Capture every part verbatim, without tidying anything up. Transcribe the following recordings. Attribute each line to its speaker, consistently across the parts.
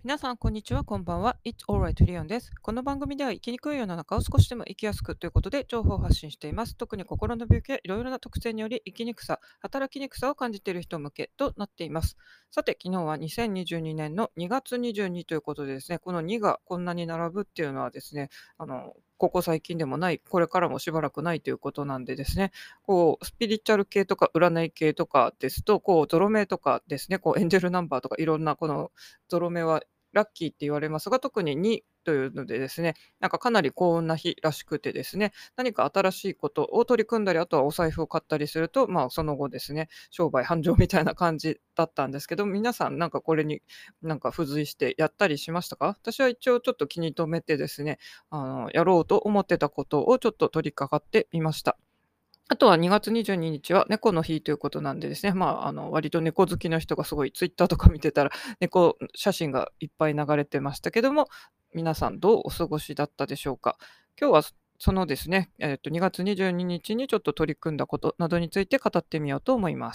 Speaker 1: 皆さん、こんにちは、こんばんは。It's alright, リオンです。この番組では生きにくい世の中を少しでも生きやすくということで情報を発信しています。特に心の病気やいろいろな特性により生きにくさ、働きにくさを感じている人向けとなっています。さて、昨日はにせんにじゅうにねんのにがつにじゅうにということでですね、このにがこんなに並ぶっていうのはですね、あの、ここ最近でもない、これからもしばらくないということなんでですね、こう、スピリチュアル系とか占い系とかですと、こう、ゾロ目とかですね、こう、エンジェルナンバーとかいろんなこのゾロ目はラッキーって言われますが、特ににというのでですね、なんかかなり幸運な日らしくてですね、何か新しいことを取り組んだり、あとはお財布を買ったりすると、まあ、その後ですね、商売繁盛みたいな感じだったんですけど、皆さんなんかこれになんか付随してやったりしましたか？私は一応ちょっと気に留めてですね、あの、やろうと思ってたことをちょっと取り掛かってみました。あとはにがつにじゅうににちは猫の日ということなんでですね、まあ、あの、割と猫好きな人がすごいツイッターとか見てたら、猫写真がいっぱい流れてましたけども、皆さんどうお過ごしだったでしょうか。今日はそそのですね、えっと、にがつにじゅうににちにちにちょっと取り組んだことなどについて語ってみようと思います。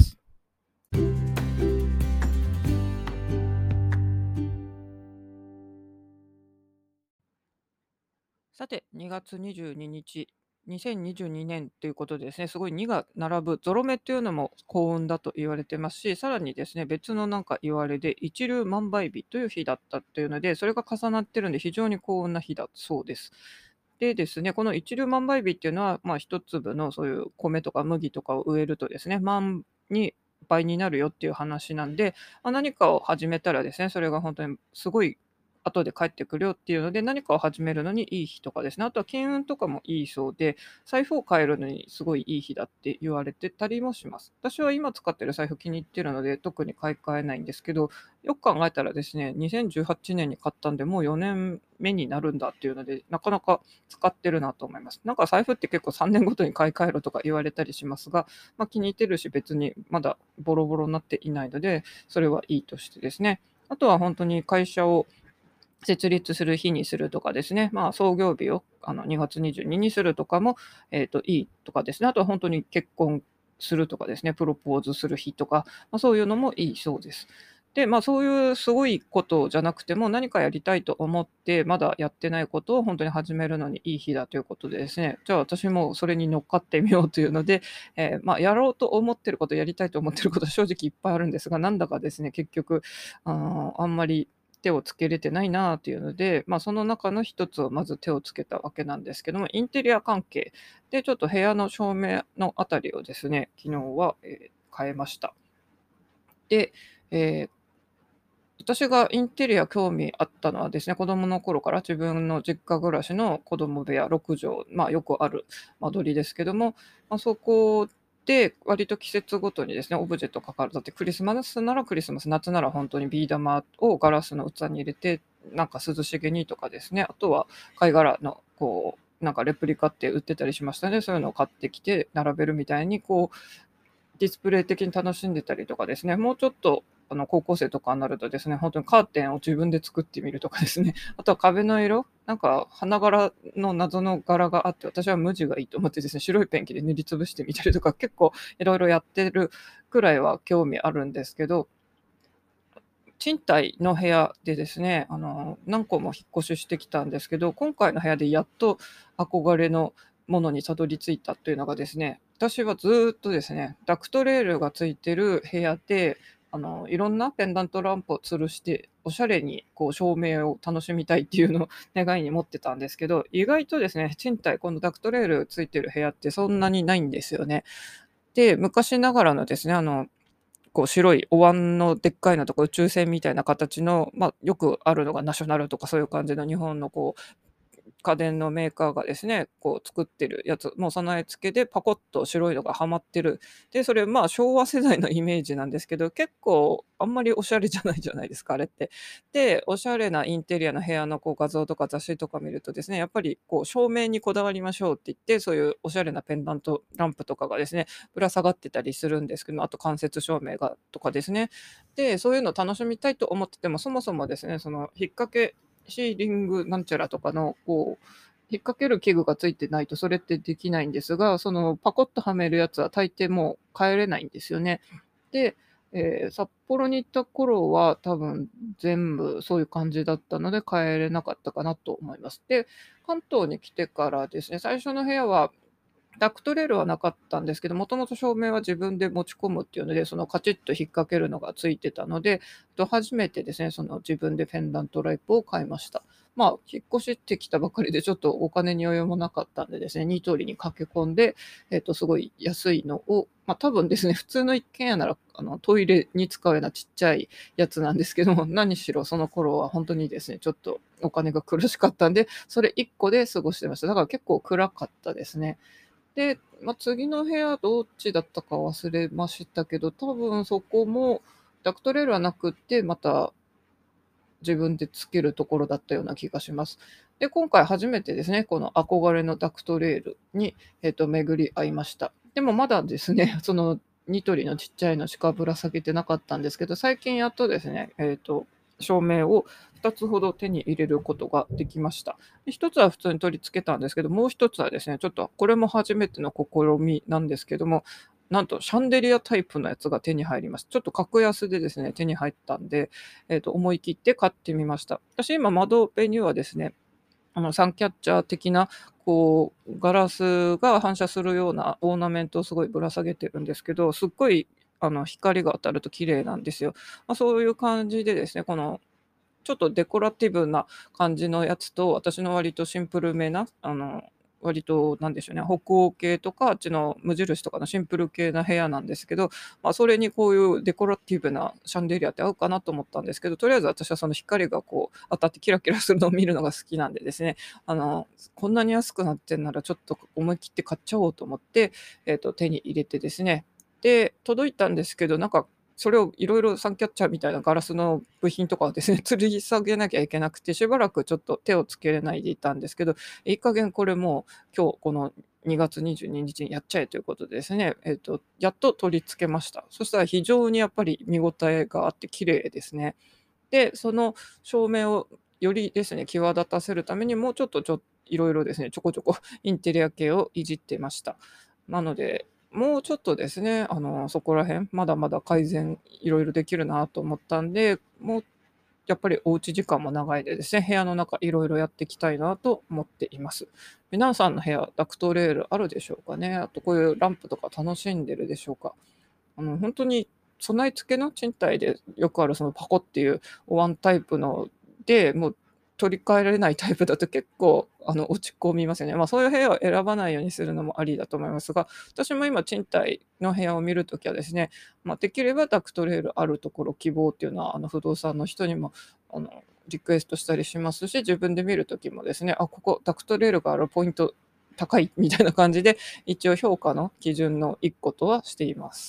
Speaker 1: さて、にがつにじゅうににち、にせんにじゅうにねんということでですね、すごいにが並ぶゾロ目っていうのも幸運だと言われてますし、さらにですね、別のなんか言われで一粒万倍日という日だったというので、それが重なってるんで非常に幸運な日だそうです。でですね、この一粒万倍日っていうのは、まあ、一粒のそういう米とか麦とかを植えるとですね、万に倍になるよっていう話なんで、まあ、何かを始めたらですね、それが本当にすごい後で返ってくるよっていうので、何かを始めるのにいい日とかですね、あとは金運とかもいいそうで、財布を変えるのにすごいいい日だって言われてたりもします。私は今使ってる財布気に入ってるので、特に買い替えないんですけど、よく考えたらですね、にせんじゅうはちねんに買ったんで、もうよねんめになるんだっていうので、なかなか使ってるなと思います。なんか財布って結構さんねんごとに買い替えろとか言われたりしますが、まあ、気に入ってるし、別にまだボロボロになっていないので、それはいいとしてですね。あとは本当に会社を設立する日にするとかですね、まあ、創業日をあのにがつにじゅうににちにするとかも、えっと、いいとかですね。あとは本当に結婚するとかですね、プロポーズする日とか、まあ、そういうのもいいそうです。で、まあ、そういうすごいことじゃなくても、何かやりたいと思って、まだやってないことを本当に始めるのにいい日だということでですね、じゃあ私もそれに乗っかってみようというので、えーまあ、やろうと思ってること、やりたいと思ってること、正直いっぱいあるんですが、なんだかですね、結局、あーあんまり手をつけれてないなっていうので、まあ、その中の一つをまず手をつけたわけなんですけども、インテリア関係でちょっと部屋の照明のあたりをですね、昨日は、えー変えました。で、えー私がインテリア興味あったのはですね、子供の頃から自分の実家暮らしの子供部屋ろく畳、まあ、よくある間取りですけども、まあ、そこで割と季節ごとにですね、オブジェとかからだってクリスマスならクリスマス、夏なら本当にビー玉をガラスの器に入れて、なんか涼しげにとかですね、あとは貝殻のこう、なんかレプリカって売ってたりしましたね。そういうのを買ってきて並べるみたいに、こうディスプレイ的に楽しんでたりとかですね、もうちょっとあの高校生とかになるとですね、本当にカーテンを自分で作ってみるとかですね、あとは壁の色、なんか花柄の謎の柄があって、私は無地がいいと思ってですね、白いペンキで塗りつぶしてみたりとか、結構いろいろやってるくらいは興味あるんですけど、賃貸の部屋でですね、あの、何個も引っ越ししてきたんですけど、今回の部屋でやっと憧れのものにたどり着いたというのがですね、私はずーっとですね、ダクトレールがついてる部屋で、あの、いろんなペンダントランプを吊るして、おしゃれにこう照明を楽しみたいっていうのを願いに持ってたんですけど、意外とですね、賃貸、このダクトレールついてる部屋ってそんなにないんですよね。で、昔ながらのですね、あの、こう白いお椀のでっかいのとか宇宙船みたいな形の、まあ、よくあるのがナショナルとかそういう感じの日本のこう家電のメーカーがですね、こう作ってるやつ、もう備え付けでパコッと白いのがはまってる。で、それまあ昭和世代のイメージなんですけど、結構あんまりおしゃれじゃないじゃないですか、あれって。で、おしゃれなインテリアの部屋のこう画像とか雑誌とか見るとですね、やっぱりこう照明にこだわりましょうって言って、そういうおしゃれなペンダントランプとかがですね、ぶら下がってたりするんですけど、あと間接照明がとかですね。で、そういうのを楽しみたいと思ってても、そもそもですね、その引っ掛けシーリングなんちゃらとかの、こう、引っ掛ける器具がついてないとそれってできないんですが、そのパコッとはめるやつは大抵もう変えれないんですよね。で、 ええ、札幌に行った頃は、多分全部そういう感じだったので、帰れなかったかなと思います。で、関東に来てからですね、最初の部屋はダクトレールはなかったんですけど、もともと照明は自分で持ち込むっていうので、そのカチッと引っ掛けるのがついてたので、と初めてですね、その自分でペンダントライトを買いました。まあ、引っ越してきたばかりでちょっとお金に余裕もなかったんでですね、ニトリに駆け込んで、えっと、すごい安いのを、ま、多分ですね、普通の一軒家なら、あの、トイレに使うようなちっちゃいやつなんですけども、何しろその頃はほんとにですね、ちょっとお金が苦しかったんで、それいっこで過ごしてました。だから結構暗かったですね。で、ま、次の部屋どっちだったか忘れましたけど、多分そこもダクトレールはなくって、また自分でつけるところだったような気がします。で、今回初めてですね、この憧れのダクトレールに、えっと、巡り合いました。でもまだですね、そのニトリのちっちゃいのしかぶら下げてなかったんですけど、最近やっとですね、えっと、照明をふたつほど手に入れることができました。で、ひとつは普通に取り付けたんですけど、もうひとつはですね、ちょっとこれも初めての試みなんですけども、なんとシャンデリアタイプのやつが手に入ります。ちょっと格安でですね、手に入ったんで、えっと、思い切って買ってみました。私今窓辺にはですね、あの、サンキャッチャー的な、こう、ガラスが反射するようなオーナメントをすごいぶら下げてるんですけど、すっごい、あの、光が当たると綺麗なんですよ。まあ、そういう感じでですね、このちょっとデコラティブな感じのやつと、私の割とシンプルめな、あの、割となんでしょうね、北欧系とか、あっちの無印とかのシンプル系な部屋なんですけど、まあ、それにこういうデコラティブなシャンデリアって合うかなと思ったんですけど、とりあえず私はその光がこう当たってキラキラするのを見るのが好きなんでですね、あの、こんなに安くなってんならちょっと思い切って買っちゃおうと思って、えっと、手に入れてですね、で、届いたんですけど、なんかそれをいろいろサンキャッチャーみたいなガラスの部品とかをですね、吊り下げなきゃいけなくて、しばらくちょっと手をつけれないでいたんですけど、いい加減これもう今日このにがつにじゅうににちにちにやっちゃえということでですね、えっと、やっと取り付けました。そしたら非常にやっぱり見応えがあって綺麗ですね。で、その照明をよりですね、際立たせるためにもうちょっとちょいろいろですね、ちょこちょこインテリア系をいじってました。なので、もうちょっとですね、あの、そこら辺、まだまだ改善いろいろできるなと思ったんで、もうやっぱりおうち時間も長いでですね、部屋の中いろいろやっていきたいなと思っています。皆さんの部屋、ダクトレールあるでしょうかね？あとこういうランプとか楽しんでるでしょうか？あの、ほんとに備え付けの賃貸でよくあるそのパコっていうお椀タイプので、もう取り替えられないタイプだと結構あの、落ち込みますよね。ま、そういう部屋を選ばないようにするのもありだと思いますが、私も今賃貸の部屋を見るときはですね、ま、できればダクトレールあるところ希望っていうのは、あの、不動産の人にも、あの、リクエストしたりしますし、自分で見る時もですね、あ、ここダクトレールがあるポイント高いみたいな感じで、一応評価の基準のいっことはしています。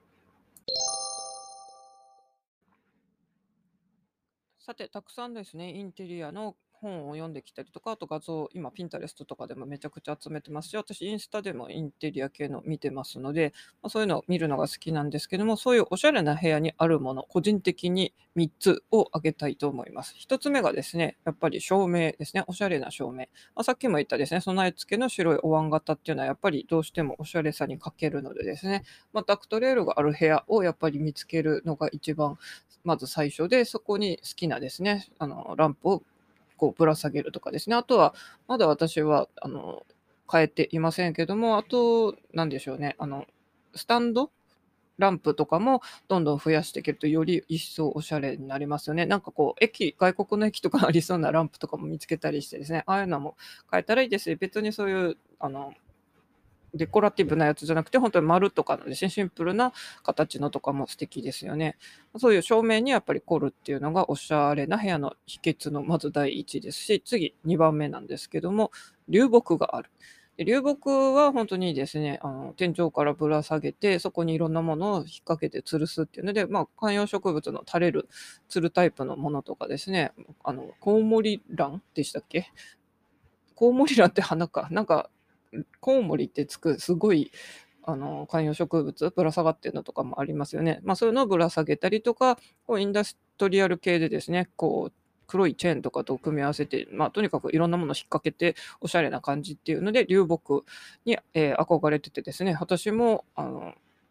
Speaker 1: さて、たくさんですね、インテリアの本を読んできたりとか、あと画像、今、ピンタレストとかでもめちゃくちゃ集めてますし、私、インスタでもインテリア系の見てますので、まあ、そういうのを見るのが好きなんですけども、そういうおしゃれな部屋にあるもの、個人的にみっつを挙げたいと思います。ひとつめがですね、やっぱり照明ですね、おしゃれな照明。まあ、さっきも言ったですね、備え付けの白いお椀型っていうのは、やっぱりどうしてもおしゃれさに欠けるのでですね、まあ、ダクトレールがある部屋をやっぱり見つけるのが一番まず最初で、そこに好きなですね、あの、ランプをこうぶら下げるとかですね。あとは、まだ私は、あの、変えていませんけども、あと、なんでしょうね、あの、スタンドランプとかもどんどん増やしていけると、より一層おしゃれになりますよね。なんかこう、駅外国の駅とかありそうなランプとかも見つけたりしてですね、ああいうのも変えたらいいですし、別にそういう、あのデコラティブなやつじゃなくて、本当に丸とかのですね、シンプルな形のとかも素敵ですよね。そういう照明にやっぱり凝るっていうのがおしゃれな部屋の秘訣のまず第一ですし、次にばんめなんですけども、流木がある。で、流木は本当にですね、あの、天井からぶら下げて、そこにいろんなものを引っ掛けて吊るすっていうので、まあ、観葉植物の垂れる、吊るタイプのものとかですね、あの、コウモリランでしたっけ？コウモリランって花か。なんか、コウモリってつく、すごい、あの、観葉植物ぶら下がってるのとかもありますよね。まあ、そういうのをぶら下げたりとか、こうインダストリアル系でですね、こう、黒いチェーンとかと組み合わせて、まあ、とにかくいろんなものを引っ掛けて、おしゃれな感じっていうので、流木に、えー憧れててですね、私も、あの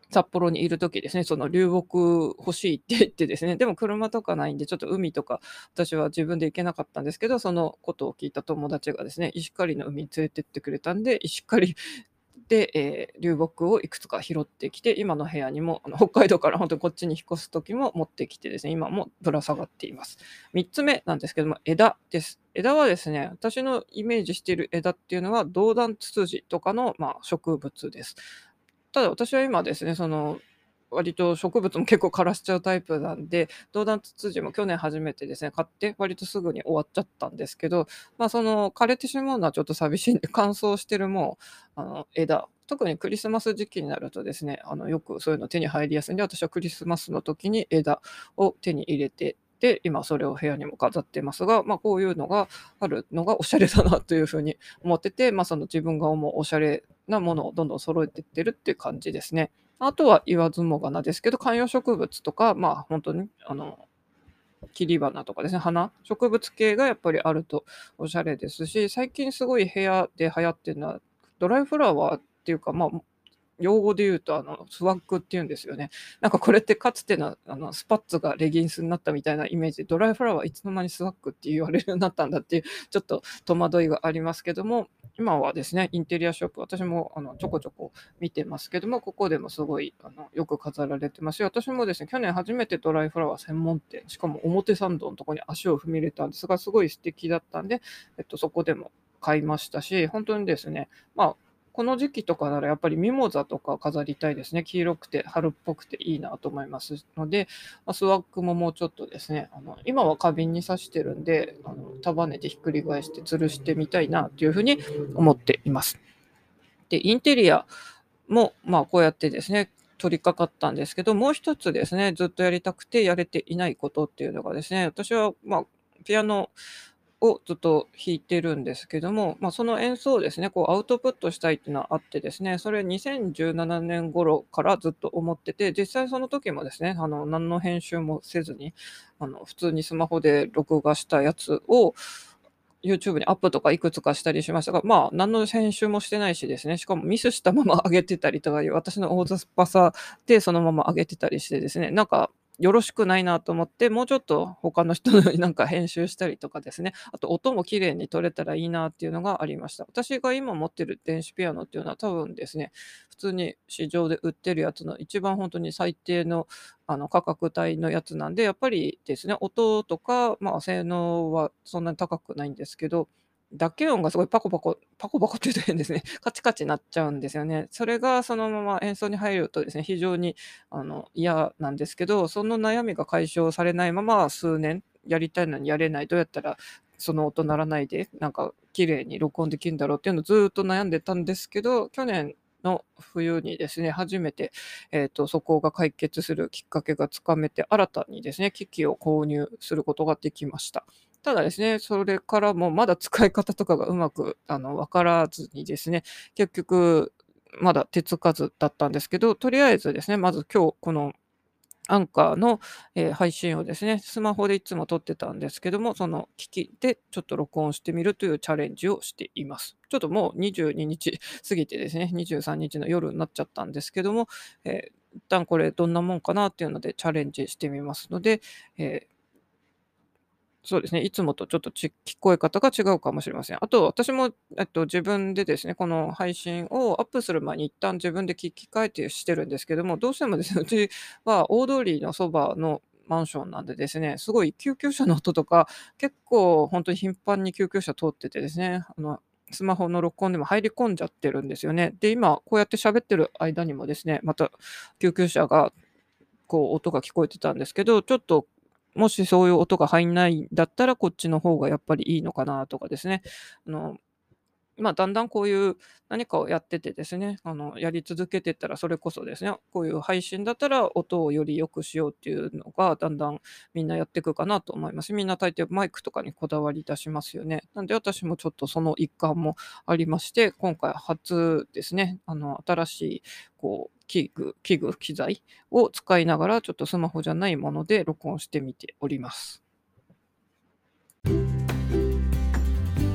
Speaker 1: 札幌にいる時ですね、その流木欲しいって言ってですね、でも車とかないんで、ちょっと海とか、私は自分で行けなかったんですけど、そのことを聞いた友達がですね、石狩の海に連れてってくれたんで、石狩で、えー流木をいくつか拾ってきて、今の部屋にも、あの北海道から本当にこっちに引っ越す時も持ってきてですね、今もぶら下がっています。みっつめなんですけども、枝です。枝はですね、私のイメージしている枝っていうのは、ドウダンツツジとかの、まあ、植物です。ただ私は今ですね、その、割と植物も結構枯らしちゃうタイプなんで、ドウダンツツジも去年初めてですね、買って割とすぐに終わっちゃったんですけど、まあ、その枯れてしまうのはちょっと寂しいんで、乾燥してるもう、あの、枝、特にクリスマス時期になるとですね、あの、よくそういうの手に入りやすいんで、私はクリスマスの時に枝を手に入れて、で、今それを部屋にも飾ってますが、まあ、こういうのがあるのがおしゃれだなというふうに思ってて、まあ、その自分が思うおしゃれなものをどんどん揃えていってるっていう感じですね。あとは言わずもがなですけど、観葉植物とか、まあ、本当に、あの、切り花とかですね、花、植物系がやっぱりあるとおしゃれですし、最近すごい部屋で流行ってるのは、ドライフラワーっていうか、まあ、用語で言うと、あの、スワッグっていうんですよね。なんかこれってかつての、あの、スパッツがレギンスになったみたいなイメージで、ドライフラワーいつの間にスワッグって言われるようになったんだっていう、ちょっと戸惑いがありますけども、今はですね、インテリアショップ、私もあのちょこちょこ見てますけども、ここでもすごいあのよく飾られてますし、私もですね、去年初めてドライフラワー専門店、しかも表参道のところに足を踏み入れたんですが、すごい素敵だったんで、えっと、そこでも買いましたし、本当にですね、まあ、この時期とかならやっぱりミモザとか飾りたいですね。黄色くて春っぽくていいなと思いますので、まあ、スワッグももうちょっとですね、あの今は花瓶に刺してるんで、あの束ねてひっくり返して吊るしてみたいなというふうに思っています。で、インテリアも、まあ、こうやってですね、取り掛かったんですけど、もう一つですね、ずっとやりたくてやれていないことっていうのがですね、私は、まあ、ピアノをずっと弾いてるんですけども、まあ、その演奏をですね、こうアウトプットしたいっていうのはあってですね、それにせんじゅうななねん頃からずっと思ってて、実際その時もですね、あの、何の編集もせずに、あの、普通にスマホで録画したやつを YouTube にアップとかいくつかしたりしましたが、まあ、何の編集もしてないしですね、しかもミスしたまま上げてたりとかいう、私の大雑把さでそのまま上げてたりしてですね、なんかよろしくないなと思って、もうちょっと他の人のようになんか編集したりとかですね、あと音も綺麗に取れたらいいなっていうのがありました。私が今持ってる電子ピアノっていうのは多分ですね、普通に市場で売ってるやつの一番本当に最低のあの価格帯のやつなんで、やっぱりですね、音とか、まあ、性能はそんなに高くないんですけど、打鍵音がすごいパコパコ、パコパコって言うと変ですね、カチカチ鳴っちゃうんですよね。それがそのまま演奏に入るとですね、非常にあの嫌なんですけど、その悩みが解消されないまま数年やりたいのにやれない、どうやったらその音鳴らないで、なんか綺麗に録音できるんだろうっていうのをずーっと悩んでたんですけど、去年の冬にですね、初めて、えっと、そこが解決するきっかけがつかめて、新たにですね、機器を購入することができました。ただですね、それからもまだ使い方とかがうまく、あの、わからずにですね、結局まだ手つかずだったんですけど、とりあえずですね、まず今日このアンカーの、えー配信をですね、スマホでいつも撮ってたんですけども、その機器でちょっと録音してみるというチャレンジをしています。ちょっともうにじゅうににち過ぎてですね、にじゅうさんにちの夜になっちゃったんですけども、えー一旦これどんなもんかなっていうのでチャレンジしてみますので、えーそうですね、いつもとちょっとち聞こえ方が違うかもしれません。あと、私も、えっと、自分でですね、この配信をアップする前に一旦自分で聞き換えてしてるんですけども、どうしてもですね、うちは大通りのそばのマンションなんでですね、すごい救急車の音とか、結構本当に頻繁に救急車通っててですね、あの、スマホの録音でも入り込んじゃってるんですよね。で、今こうやって喋ってる間にもですね、また救急車がこう音が聞こえてたんですけど、ちょっと、もしそういう音が入んないんだったら、こっちの方がやっぱりいいのかなとかですね。あの、まあ、だんだんこういう何かをやっててですね、あの、やり続けてったら、それこそですね、こういう配信だったら音をより良くしようっていうのが、だんだんみんなやっていくかなと思います。みんな大抵マイクとかにこだわり出しますよね。なんで私もちょっとその一環もありまして、今回初ですね、あの、新しいこう、器具器具、機材を使いながら、ちょっとスマホじゃないもので録音してみております。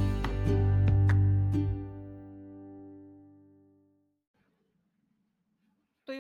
Speaker 1: という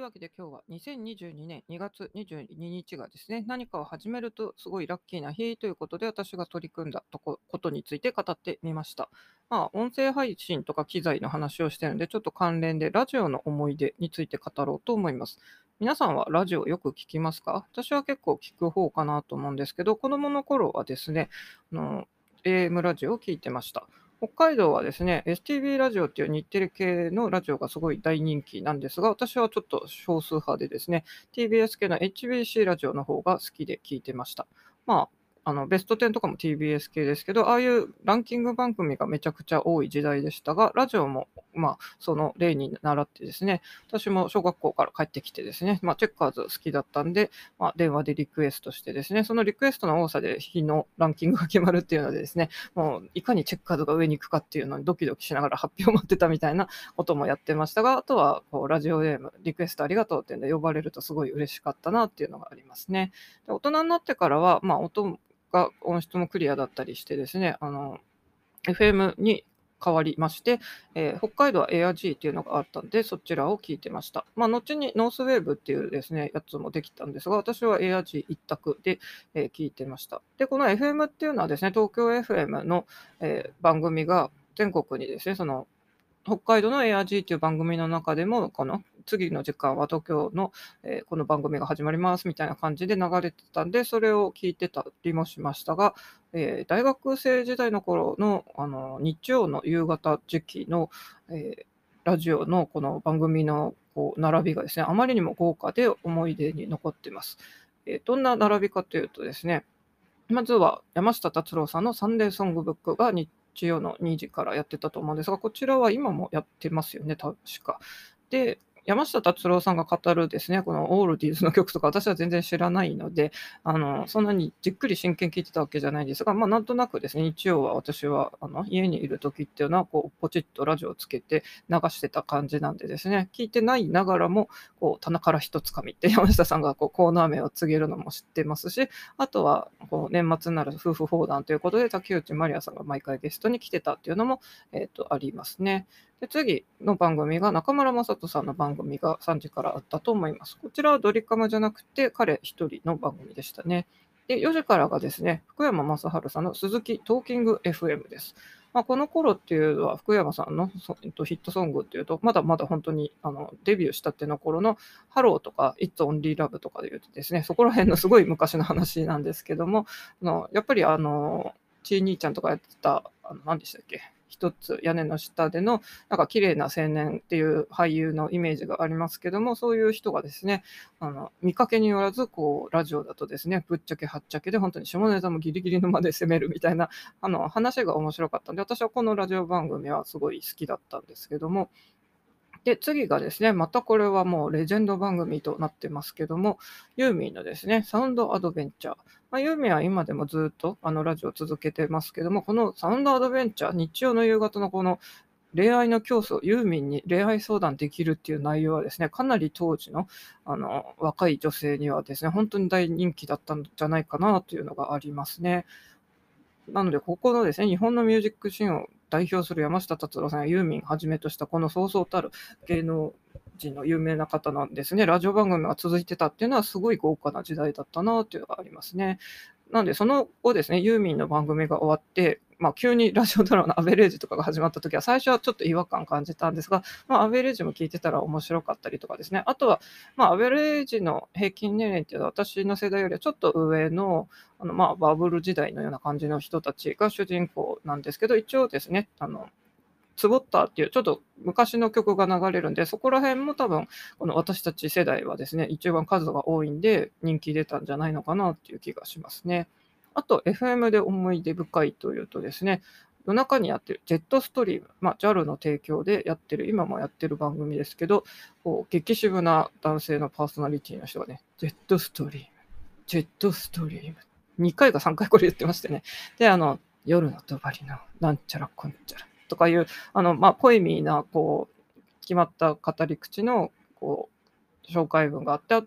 Speaker 1: わけで今日はにせんにじゅうにねんにがつにじゅうににちがですね、何かを始めるとすごいラッキーな日ということで、私が取り組んだとこことについて語ってみました。まあ、音声配信とか機材の話をしてるので、ちょっと関連でラジオの思い出について語ろうと思います。皆さんはラジオよく聞きますか？私は結構聞く方かなと思うんですけど、子供の頃はですね、あの エーエム ラジオを聞いてました。北海道はですね、エスティービー ラジオっていう日テレ系のラジオがすごい大人気なんですが、私はちょっと少数派でですね、ティービーエス 系の エイチビーシー ラジオの方が好きで聞いてました。まあ、あのベストテンとかも ティービーエス 系ですけど、ああいうランキング番組がめちゃくちゃ多い時代でしたが、ラジオもまあその例に倣ってですね、私も小学校から帰ってきてですね、まあ、チェッカーズ好きだったんで、まあ、電話でリクエストしてですね、そのリクエストの多さで日のランキングが決まるっていうのでですね、もういかにチェッカーズが上に行くかっていうのにドキドキしながら発表を待ってたみたいなこともやってましたが、あとはこうラジオネーム、リクエストありがとうっていうので呼ばれるとすごい嬉しかったなっていうのがありますね。で大人になってからは、まあ、音が音質もクリアだったりしてですね、あの エフエム に変わりまして、えー北海道は エーアールジー っていうのがあったんで、そちらを聞いてました。まあ、後にノースウェーブっていうですね、やつもできたんですが、私は エーアールジー 一択で、えー聞いてました。で、この エフエム っていうのはですね、東京 エフエム の、えー番組が全国にですね、その北海道の エーアールジー という番組の中でも、この次の時間は東京の、えーこの番組が始まりますみたいな感じで流れてたんで、それを聞いてたりもしましたが、えー大学生時代の頃のあの日曜の夕方時期の、えーラジオのこの番組のこう並びがですね、あまりにも豪華で思い出に残っています。えーどんな並びかというとですね、まずは山下達郎さんのサンデーソングブックが日曜のにじからやってたと思うんですが、こちらは今もやってますよね、確か。で、山下達郎さんが語るですね、このオールディーズの曲とか私は全然知らないので、あの、そんなにじっくり真剣に聞いてたわけじゃないんですが、まあ、なんとなくですね、日曜は私はあの家にいる時っていうのは、こう、ポチッとラジオをつけて流してた感じなんでですね、聞いてないながらも、こう、棚から一つかみって山下さんがこうコーナー名を告げるのも知ってますし、あとは、こう年末になる夫婦砲談ということで、竹内まりやさんが毎回ゲストに来てたっていうのも、えっと、ありますね。で、次の番組が中村雅人さんの番組がさんじからあったと思います。こちらはドリカムじゃなくて、彼一人の番組でしたね。で、よじからがですね、福山雅治さんの鈴木トーキング エフエム です。まあ、この頃っていうのは福山さんのそえっとヒットソングっていうと、まだまだ本当にあのデビューしたての頃のハローとか It's Only Love とかで言うとですね、そこら辺のすごい昔の話なんですけども、あのやっぱりあの、ちい兄ちゃんとかやってた、あの何でしたっけ、一つ屋根の下でのなんか綺麗な青年っていう俳優のイメージがありますけども、そういう人がですね、あの見かけによらずこうラジオだとですね、ぶっちゃけはっちゃけで本当に下ネタもギリギリのまで攻めるみたいなあの話が面白かったんで、私はこのラジオ番組はすごい好きだったんですけども、で、次がですね、またこれはもうレジェンド番組となってますけども、ユーミンのですね、サウンドアドベンチャー。まあ、ユーミンは今でもずっとあのラジオを続けてますけども、このサウンドアドベンチャー、日曜の夕方のこの恋愛の教祖、ユーミンに恋愛相談できるっていう内容はですね、かなり当時のあの若い女性にはですね、本当に大人気だったんじゃないかなというのがありますね。なので、ここのですね、日本のミュージックシーンを代表する山下達郎さんやユーミンはじめとしたこのそうそうたる芸能人の有名な方なんですね、ラジオ番組が続いてたっていうのはすごい豪華な時代だったなっていうのがありますね。なんで、その後ですね、ユーミンの番組が終わって、まあ、急にラジオドラマのアベレージとかが始まった時は、最初はちょっと違和感感じたんですが、まあ、アベレージも聞いてたら面白かったりとかですね。あとは、まあ、アベレージの平均年齢っていうのは私の世代よりはちょっと上の、あの、まあ、バブル時代のような感じの人たちが主人公なんですけど、一応ですね、あの、ツボッターっていうちょっと昔の曲が流れるんで、そこら辺も多分、この私たち世代はですね、一番数が多いんで、人気出たんじゃないのかなっていう気がしますね。あと、エフエム で思い出深いというとですね、夜中にやってるジェットストリーム、まあ、ジャル の提供でやってる、今もやってる番組ですけど、こう激渋な男性のパーソナリティの人がね、ジェットストリーム、ジェットストリーム、にかいかさんかいこれ言ってましてね。で、あの、夜の帳のなんちゃらこんちゃらとかいう、あの、まあ、ポエミーな、こう、決まった語り口の、こう、紹介文があって、あとは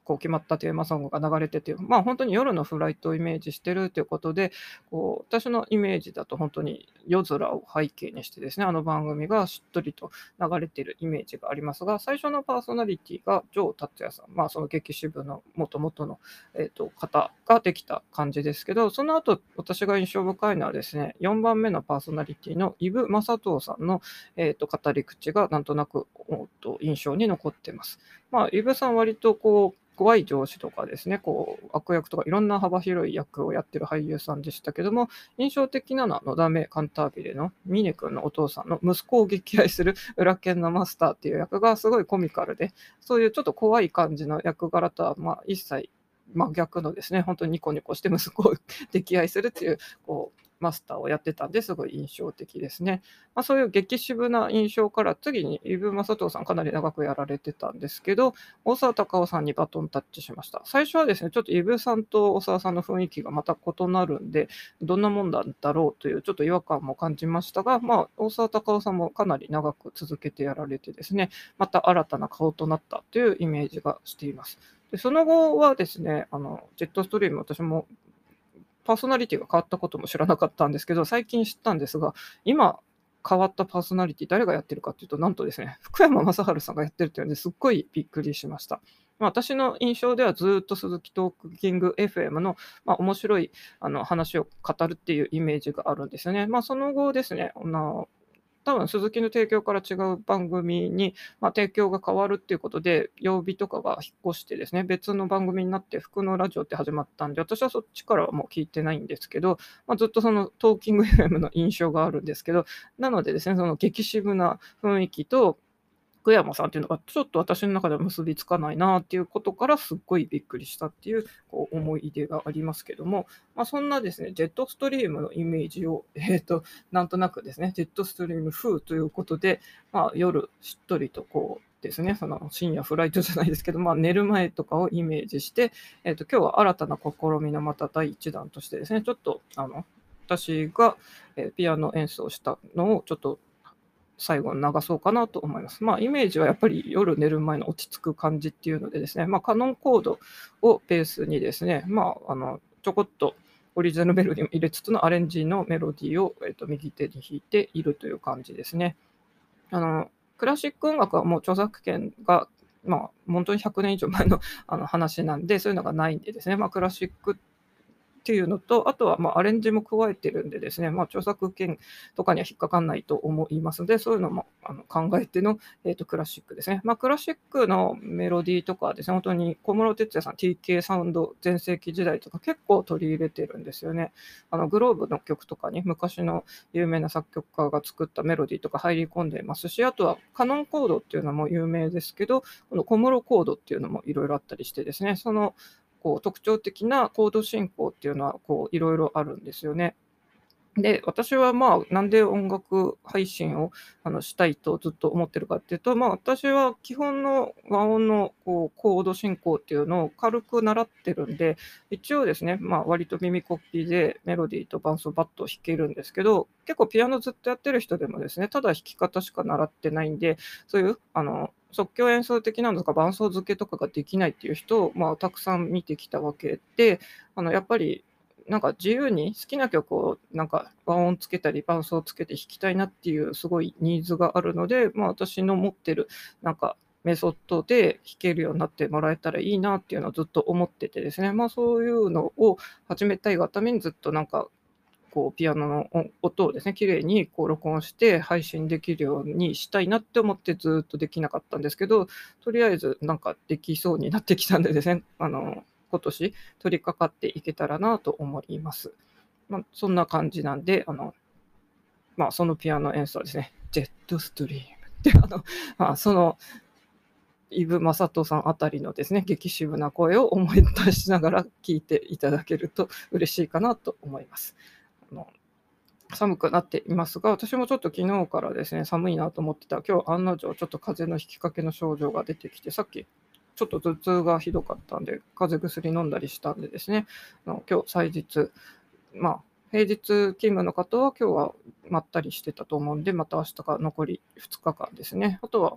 Speaker 1: こう決まったテーマソングが流れてて、まあ、本当に夜のフライトをイメージしてるということで、こう私のイメージだと本当に夜空を背景にしてですね、あの番組がしっとりと流れているイメージがありますが、最初のパーソナリティが城達也さん、まあ、その激渋の元々の、えー、と方ができた感じですけど、その後私が印象深いのはですね、よんばんめのパーソナリティの伊武正人さんの、えー、と語り口がなんとなくおっと印象に残っています。まあ、伊武さん割とこう怖い上司とかですね、こう悪役とかいろんな幅広い役をやってる俳優さんでしたけども、印象的なのはのだめカンタービレの峰君のお父さんの息子を撃破する裏剣のマスターっていう役がすごいコミカルで、そういうちょっと怖い感じの役柄とはまあ一切真逆のですね、本当にニコニコして息子を溺愛するっていう、こう、マスターをやってたんですごい印象的ですね。まあ、そういう激渋な印象から次に伊武雅刀さんかなり長くやられてたんですけど、大沢たかおさんにバトンタッチしました。最初はですね、ちょっと伊武さんと大沢さんの雰囲気がまた異なるんで、どんなもんなんだろうというちょっと違和感も感じましたが、まあ、大沢たかおさんもかなり長く続けてやられてですね、また新たな顔となったというイメージがしています。でその後はですね、あのジェットストリーム、私もパーソナリティが変わったことも知らなかったんですけど、最近知ったんですが、今変わったパーソナリティ、誰がやってるかっていうと、なんとですね、福山雅治さんがやってるっていうのですっごいびっくりしました。まあ、私の印象ではずっと鈴木トークキング エフエム の、まあ、面白いあの話を語るっていうイメージがあるんですよね。まあ、その後ですね、あの多分鈴木の提供から違う番組に、まあ、提供が変わるっていうことで、曜日とかが引っ越してですね、別の番組になって、福のラジオって始まったんで、私はそっちからはもう聞いてないんですけど、まあ、ずっとそのトーキング エフエム の印象があるんですけど、なのでですね、その激渋な雰囲気と、福山さんっていうのがちょっと私の中では結びつかないなっていうことからすっごいびっくりしたっていう、こう思い出がありますけども、まあ、そんなですね、ジェットストリームのイメージを、えっと、なんとなくですね、ジェットストリーム風ということで、まあ、夜しっとりとこうですね、その深夜フライトじゃないですけど、まあ、寝る前とかをイメージして、えっと、今日は新たな試みのまた第一弾としてですね、ちょっとあの私が、えーピアノ演奏したのをちょっと最後に流そうかなと思います。まあ、イメージはやっぱり夜寝る前の落ち着く感じっていうのでですね、まあ、カノンコードをベースにですね、まあ、あのちょこっとオリジナルメロディーも入れつつのアレンジのメロディーを、えっと、右手に弾いているという感じですね。あのクラシック音楽はもう著作権が、まあ、本当にひゃくねん以上前のあの話なんで、そういうのがないんでですね、まあ、クラシックっていうのと、あとは、まあ、アレンジも加えてるんでですね、まあ、著作権とかには引っかかんないと思いますので、そういうのもあの考えての、えーと、クラシックですね。まあ、クラシックのメロディーとかはですね、本当に小室哲哉さん、ティーケー サウンド全盛期時代とか結構取り入れてるんですよね。あのグローブの曲とかに昔の有名な作曲家が作ったメロディーとか入り込んでいますし、あとはカノンコードっていうのも有名ですけど、この小室コードっていうのもいろいろあったりしてですね、そのこう特徴的なコード進行っていうのはこういろいろあるんですよね。で、私はまあ、なんで音楽配信をあのしたいとずっと思ってるかっていうと、まあ、私は基本の和音のこうコード進行っていうのを軽く習ってるんで、一応ですね、まあ、割と耳コピでメロディーと伴奏バッと弾けるんですけど、結構ピアノずっとやってる人でもですね、ただ弾き方しか習ってないんで、そういうあの即興演奏的なのとか伴奏付けとかができないっていう人を、まあ、たくさん見てきたわけで、あのやっぱりなんか自由に好きな曲をなんか和音つけたり伴奏つけて弾きたいなっていうすごいニーズがあるので、まあ、私の持ってるなんかメソッドで弾けるようになってもらえたらいいなっていうのをずっと思っててですね、まあ、そういうのを始めたいがためにずっとなんかこうピアノの音音をですね、綺麗にこう録音して配信できるようにしたいなって思ってずっとできなかったんですけど、とりあえずなんかできそうになってきたんでですね、あの、今年取り掛かっていけたらなと思います。まあ、そんな感じなんで、あの、まあ、そのピアノ演奏はですね、ジェットストリームってあの、まあ、その伊武雅人さんあたりのですね、激渋な声を思い出しながら聴いていただけると嬉しいかなと思います。あの寒くなっていますが、私もちょっと昨日からですね、寒いなと思ってたら、今日案の定ちょっと風邪のひきかけの症状が出てきて、さっきちょっと頭痛がひどかったんで、風邪薬飲んだりしたんでですね、あの今日祭日、まあ、平日勤務の方は今日はまったりしてたと思うんで、また明日から残りふつかかんですね。あとは、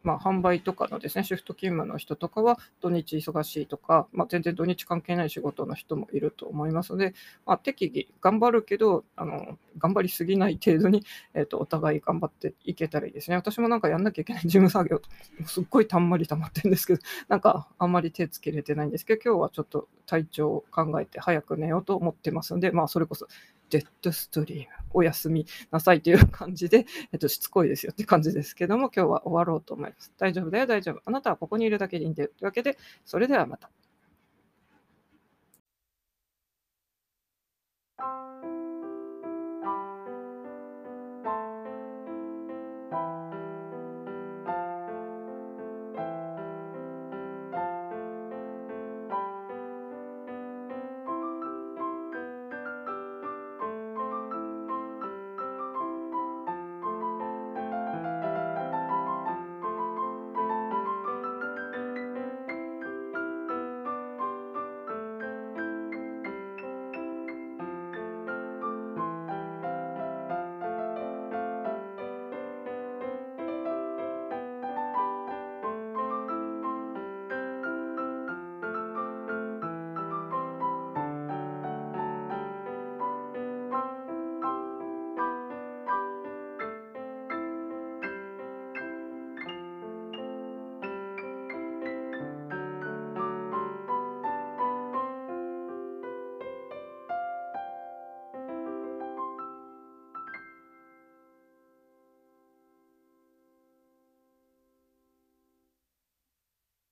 Speaker 1: まあ、販売とかのですね、シフト勤務の人とかは土日忙しいとか、まあ、全然土日関係ない仕事の人もいると思いますので、まあ、適宜頑張るけど、あの、頑張りすぎない程度に、えっと、お互い頑張っていけたらいいですね。私もなんかやんなきゃいけない事務作業、すっごいたんまり溜まってるんですけど、なんかあんまり手つけれてないんですけど、今日はちょっと体調を考えて早く寝ようと思ってますので、まあ、それこそジェットストリーム、おやすみなさいという感じで、えっと、しつこいですよって感じですけども、今日は終わろうと思います。大丈夫だよ、大丈夫。あなたはここにいるだけでいいんだよ。というわけで、それではまた。